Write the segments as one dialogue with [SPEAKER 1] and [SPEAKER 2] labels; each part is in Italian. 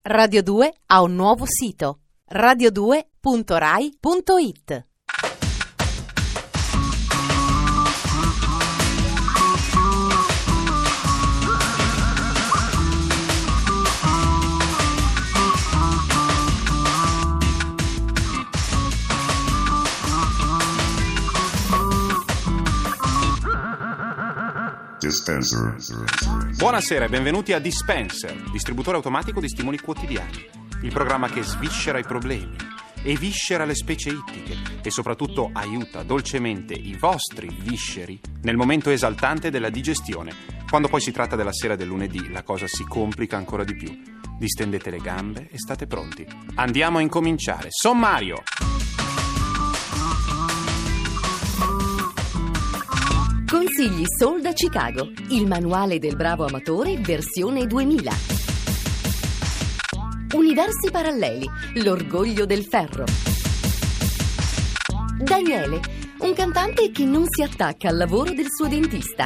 [SPEAKER 1] Radio 2 ha un nuovo sito: radio2.rai.it.
[SPEAKER 2] Dispenser.
[SPEAKER 3] Buonasera e benvenuti a Dispenser, distributore automatico di stimoli quotidiani. Il programma che sviscera i problemi, eviscera le specie ittiche e soprattutto aiuta dolcemente i vostri visceri nel momento esaltante della digestione. Quando poi si tratta della sera del lunedì, la cosa si complica ancora di più. Distendete le gambe e state pronti. Andiamo a incominciare. Sommario.
[SPEAKER 4] Consigli Soul da Chicago, il manuale del bravo amatore versione 2000. Universi paralleli, l'orgoglio del ferro. Daniele, un cantante che non si attacca al lavoro del suo dentista.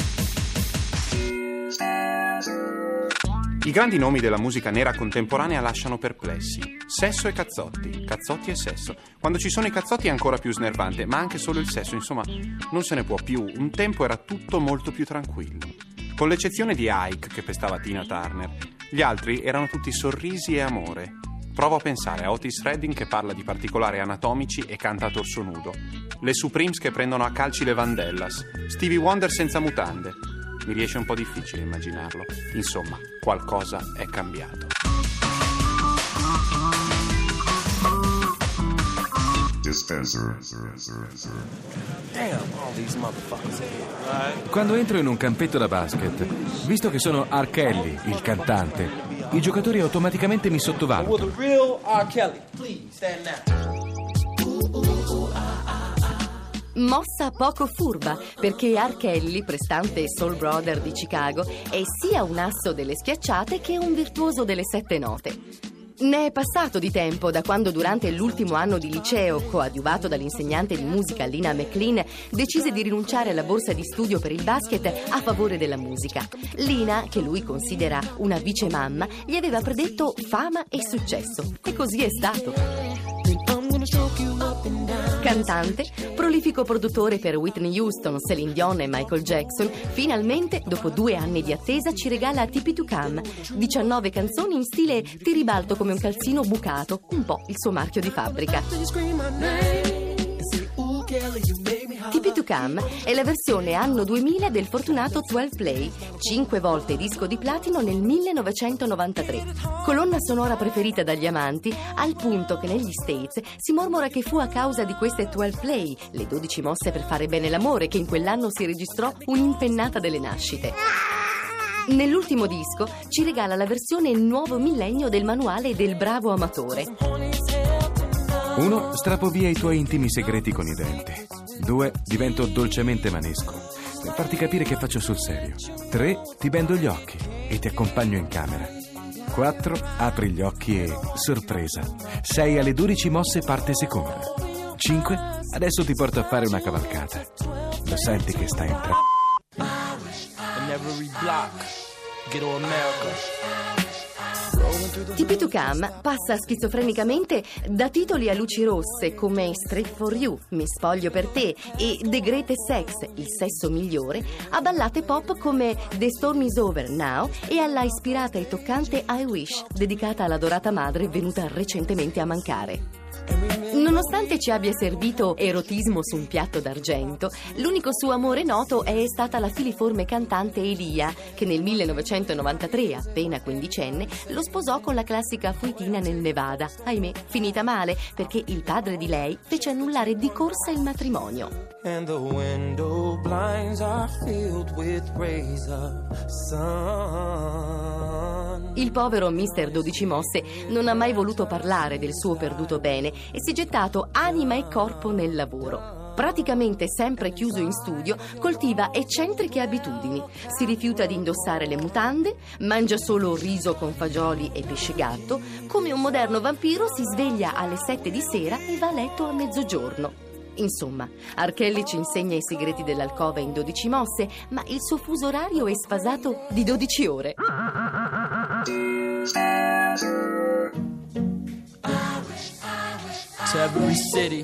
[SPEAKER 3] I grandi nomi della musica nera contemporanea lasciano perplessi. Sesso e cazzotti, cazzotti e sesso. Quando ci sono i cazzotti è ancora più snervante, ma anche solo il sesso, insomma, non se ne può più. Un tempo era tutto molto più tranquillo. Con l'eccezione di Ike, che pestava Tina Turner, gli altri erano tutti sorrisi e amore. Provo a pensare a Otis Redding che parla di particolari anatomici e canta a torso nudo. Le Supremes che prendono a calci le Vandellas. Stevie Wonder senza mutande. Mi riesce un po' difficile immaginarlo. Insomma, qualcosa è cambiato.
[SPEAKER 2] Dispenser.
[SPEAKER 5] Quando entro in un campetto da basket, visto che sono R. Kelly, il cantante, i giocatori automaticamente mi sottovalutano.
[SPEAKER 4] Mossa poco furba, perché R. Kelly, prestante soul brother di Chicago, è sia un asso delle schiacciate che un virtuoso delle sette note. Ne è passato di tempo da quando durante l'ultimo anno di liceo, coadiuvato dall'insegnante di musica Lina McLean, decise di rinunciare alla borsa di studio per il basket a favore della musica. Lina, che lui considera una vicemamma, gli aveva predetto fama e successo. E così è stato. Cantante, prolifico produttore per Whitney Houston, Celine Dion e Michael Jackson, finalmente, dopo 2 anni di attesa, ci regala Tipi to Come, 19 canzoni in stile ti ribalto come un calzino bucato, un po' il suo marchio di fabbrica. Tipi to Come è la versione anno 2000 del fortunato 12 Play, 5 volte disco di platino nel 1993. Colonna sonora preferita dagli amanti, al punto che negli States si mormora che fu a causa di queste 12 Play, le 12 mosse per fare bene l'amore, che in quell'anno si registrò un'impennata delle nascite. Nell'ultimo disco ci regala la versione nuovo millennio del manuale del bravo amatore.
[SPEAKER 5] 1. Strappo via i tuoi intimi segreti con i denti. 2. Divento dolcemente manesco per farti capire che faccio sul serio. 3. Ti bendo gli occhi e ti accompagno in camera. 4. Apri gli occhi e, sorpresa, 6 alle 12 mosse parte seconda. 5. Adesso ti porto a fare una cavalcata. Lo senti che sta entrando?
[SPEAKER 4] Tipi to Come passa schizofrenicamente da titoli a luci rosse come Straight for You, Mi spoglio per te e The Greatest Sex, il sesso migliore, a ballate pop come The Storm is Over Now e alla ispirata e toccante I Wish, dedicata all'adorata madre venuta recentemente a mancare. Nonostante ci abbia servito erotismo su un piatto d'argento, l'unico suo amore noto è stata la filiforme cantante Elia, che nel 1993, appena quindicenne, lo sposò con la classica fuitina nel Nevada. Ahimè, finita male, perché il padre di lei fece annullare di corsa il matrimonio.
[SPEAKER 6] And the window blinds are filled with rays of sun.
[SPEAKER 4] Il povero Mr. 12 Mosse non ha mai voluto parlare del suo perduto bene e si è gettato anima e corpo nel lavoro. Praticamente sempre chiuso in studio, coltiva eccentriche abitudini. Si rifiuta di indossare le mutande, mangia solo riso con fagioli e pesce gatto. Come un moderno vampiro si sveglia alle 7 di sera e va a letto a mezzogiorno. Insomma, R. Kelly ci insegna i segreti dell'alcova in 12 mosse, ma il suo fuso orario è sfasato di 12 ore.
[SPEAKER 6] To every city,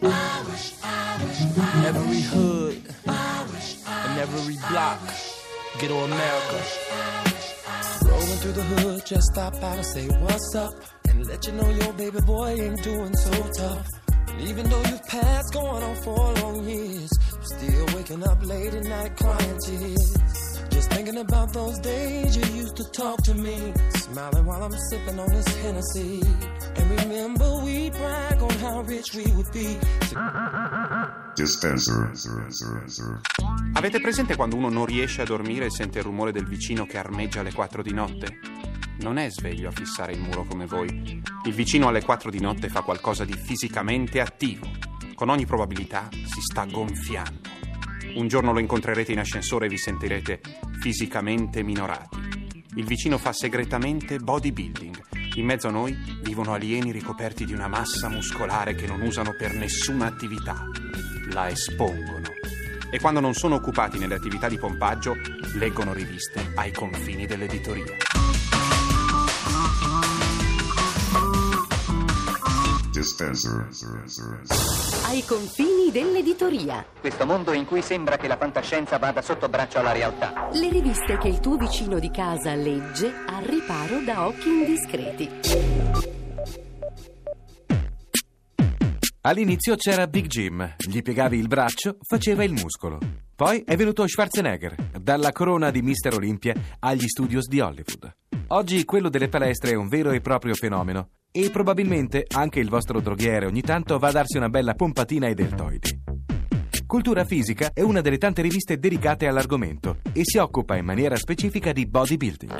[SPEAKER 6] every hood, and every block, ghetto America. Rolling through the hood, just stop out and say what's up, and let you know your baby boy ain't doing so tough. And even though you've passed going on 4 long years, I'm still waking up late at night crying tears. Just thinking about those days you used to talk to me, smiling while I'm sipping on this Hennessy. And remember we brag on how rich we would be.
[SPEAKER 2] Dispenser.
[SPEAKER 3] Avete presente quando uno non riesce a dormire e sente il rumore del vicino che armeggia alle 4 di notte? Non è sveglio a fissare il muro come voi. Il vicino alle 4 di notte fa qualcosa di fisicamente attivo. Con ogni probabilità si sta gonfiando. Un giorno lo incontrerete in ascensore e vi sentirete fisicamente minorati. Il vicino fa segretamente bodybuilding. In mezzo a noi vivono alieni ricoperti di una massa muscolare che non usano per nessuna attività. La espongono. E quando non sono occupati nelle attività di pompaggio, leggono riviste ai confini dell'editoria.
[SPEAKER 2] Dispenser.
[SPEAKER 4] Ai confini dell'editoria.
[SPEAKER 7] Questo mondo in cui sembra che la fantascienza vada sotto braccio alla realtà.
[SPEAKER 4] Le riviste che il tuo vicino di casa legge al riparo da occhi indiscreti.
[SPEAKER 5] All'inizio c'era Big Jim, gli piegavi il braccio, faceva il muscolo. Poi è venuto Schwarzenegger, dalla corona di Mr. Olympia agli studios di Hollywood. Oggi quello delle palestre è un vero e proprio fenomeno e probabilmente anche il vostro droghiere ogni tanto va a darsi una bella pompatina ai deltoidi. Cultura Fisica è una delle tante riviste dedicate all'argomento e si occupa in maniera specifica di bodybuilding.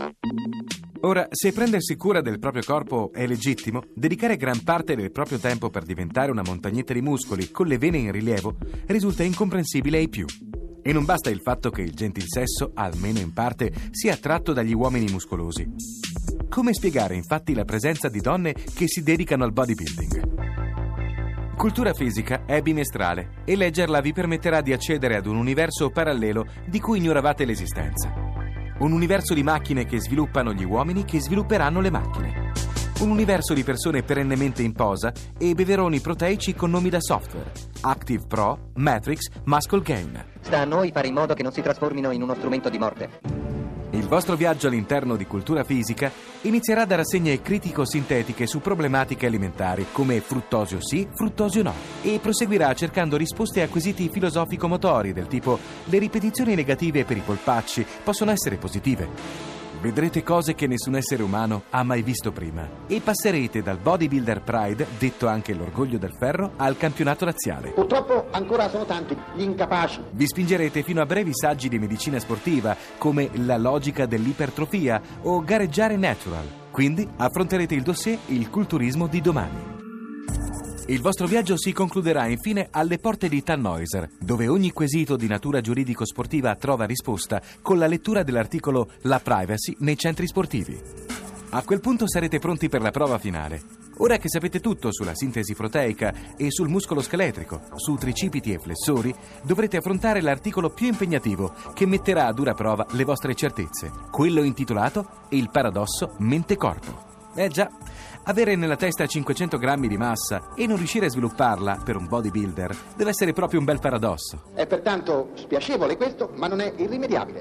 [SPEAKER 5] Ora, se prendersi cura del proprio corpo è legittimo, dedicare gran parte del proprio tempo per diventare una montagnetta di muscoli con le vene in rilievo risulta incomprensibile ai più. E non basta il fatto che il gentil sesso, almeno in parte, sia attratto dagli uomini muscolosi. Come spiegare infatti la presenza di donne che si dedicano al bodybuilding? Cultura Fisica è bimestrale e leggerla vi permetterà di accedere ad un universo parallelo di cui ignoravate l'esistenza. Un universo di macchine che sviluppano gli uomini che svilupperanno le macchine. Un universo di persone perennemente in posa e beveroni proteici con nomi da software: Active Pro, Matrix, Muscle Gain.
[SPEAKER 7] Sta a noi fare in modo che non si trasformino in uno strumento di morte.
[SPEAKER 5] Il vostro viaggio all'interno di Cultura Fisica inizierà da rassegne critico-sintetiche su problematiche alimentari come fruttosio sì, fruttosio no, e proseguirà cercando risposte a quesiti filosofico-motori del tipo: le ripetizioni negative per i polpacci possono essere positive. Vedrete cose che nessun essere umano ha mai visto prima e passerete dal bodybuilder pride, detto anche l'orgoglio del ferro, al campionato razziale.
[SPEAKER 8] Purtroppo ancora sono tanti gli incapaci.
[SPEAKER 5] Vi spingerete fino a brevi saggi di medicina sportiva come la logica dell'ipertrofia o gareggiare natural. Quindi affronterete il dossier Il culturismo di domani. Il vostro viaggio si concluderà infine alle porte di Tannhäuser, dove ogni quesito di natura giuridico-sportiva trova risposta con la lettura dell'articolo La privacy nei centri sportivi. A quel punto sarete pronti per la prova finale. Ora che sapete tutto sulla sintesi proteica e sul muscolo scheletrico, su tricipiti e flessori, dovrete affrontare l'articolo più impegnativo che metterà a dura prova le vostre certezze, quello intitolato Il paradosso mente-corpo. Già, avere nella testa 500 grammi di massa e non riuscire a svilupparla per un bodybuilder deve essere proprio un bel paradosso.
[SPEAKER 8] È pertanto spiacevole questo, ma non è irrimediabile.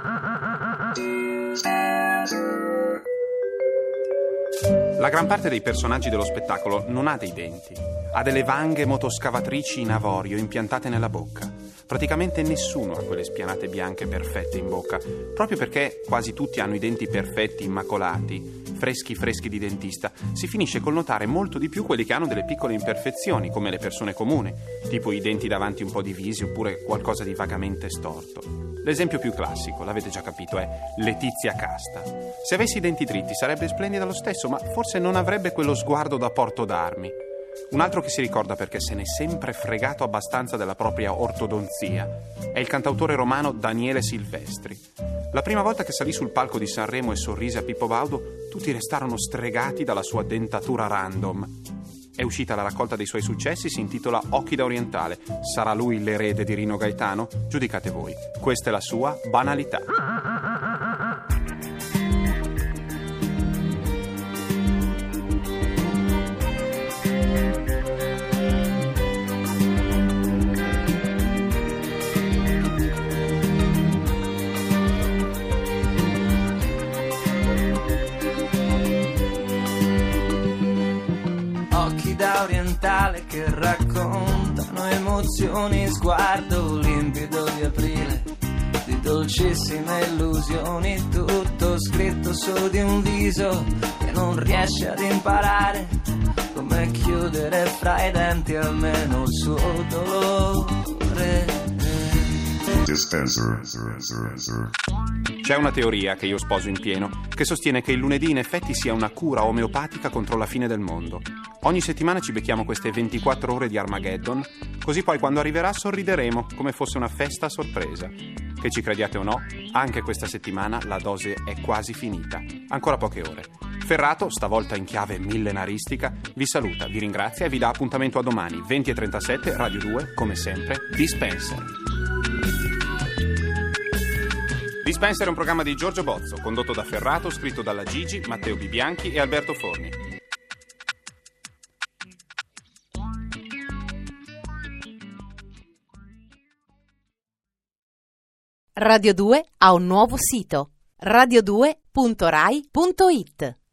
[SPEAKER 3] La gran parte dei personaggi dello spettacolo non ha dei denti. Ha delle vanghe motoscavatrici in avorio impiantate nella bocca. Praticamente nessuno ha quelle spianate bianche perfette in bocca, proprio perché quasi tutti hanno i denti perfetti, immacolati, freschi di dentista. Si finisce col notare molto di più quelli che hanno delle piccole imperfezioni, come le persone comuni, tipo i denti davanti un po' divisi oppure qualcosa di vagamente storto. L'esempio più classico, l'avete già capito, è Letizia Casta. Se avessi i denti dritti sarebbe splendida lo stesso, ma forse non avrebbe quello sguardo da porto d'armi. Un altro che si ricorda perché se n'è sempre fregato abbastanza della propria ortodonzia è il cantautore romano Daniele Silvestri. La prima volta che salì sul palco di Sanremo e sorrise a Pippo Baudo, tutti restarono stregati dalla sua dentatura random. È uscita la raccolta dei suoi successi, si intitola Occhi da Orientale. Sarà lui l'erede di Rino Gaetano? Giudicate voi. Questa è la sua banalità.
[SPEAKER 6] mentale che raccontano emozioni, sguardo limpido di aprile, di dolcissime illusioni, tutto scritto su di un viso che non riesce ad imparare come chiudere fra i denti almeno il suo dolore.
[SPEAKER 2] Dispenser.
[SPEAKER 3] C'è una teoria che io sposo in pieno, che sostiene che il lunedì in effetti sia una cura omeopatica contro la fine del mondo. Ogni settimana ci becchiamo queste 24 ore di Armageddon, così poi quando arriverà sorrideremo come fosse una festa a sorpresa. Che ci crediate o no, anche questa settimana la dose è quasi finita. Ancora poche ore. Ferrato, stavolta in chiave millenaristica, vi saluta, vi ringrazia e vi dà appuntamento a domani, 20:37, Radio 2, come sempre, Dispenser. Dispenser è un programma di Giorgio Bozzo, condotto da Ferrato, scritto dalla Gigi, Matteo Bibianchi e Alberto Forni.
[SPEAKER 1] Radio 2 ha un nuovo sito: radio2.rai.it.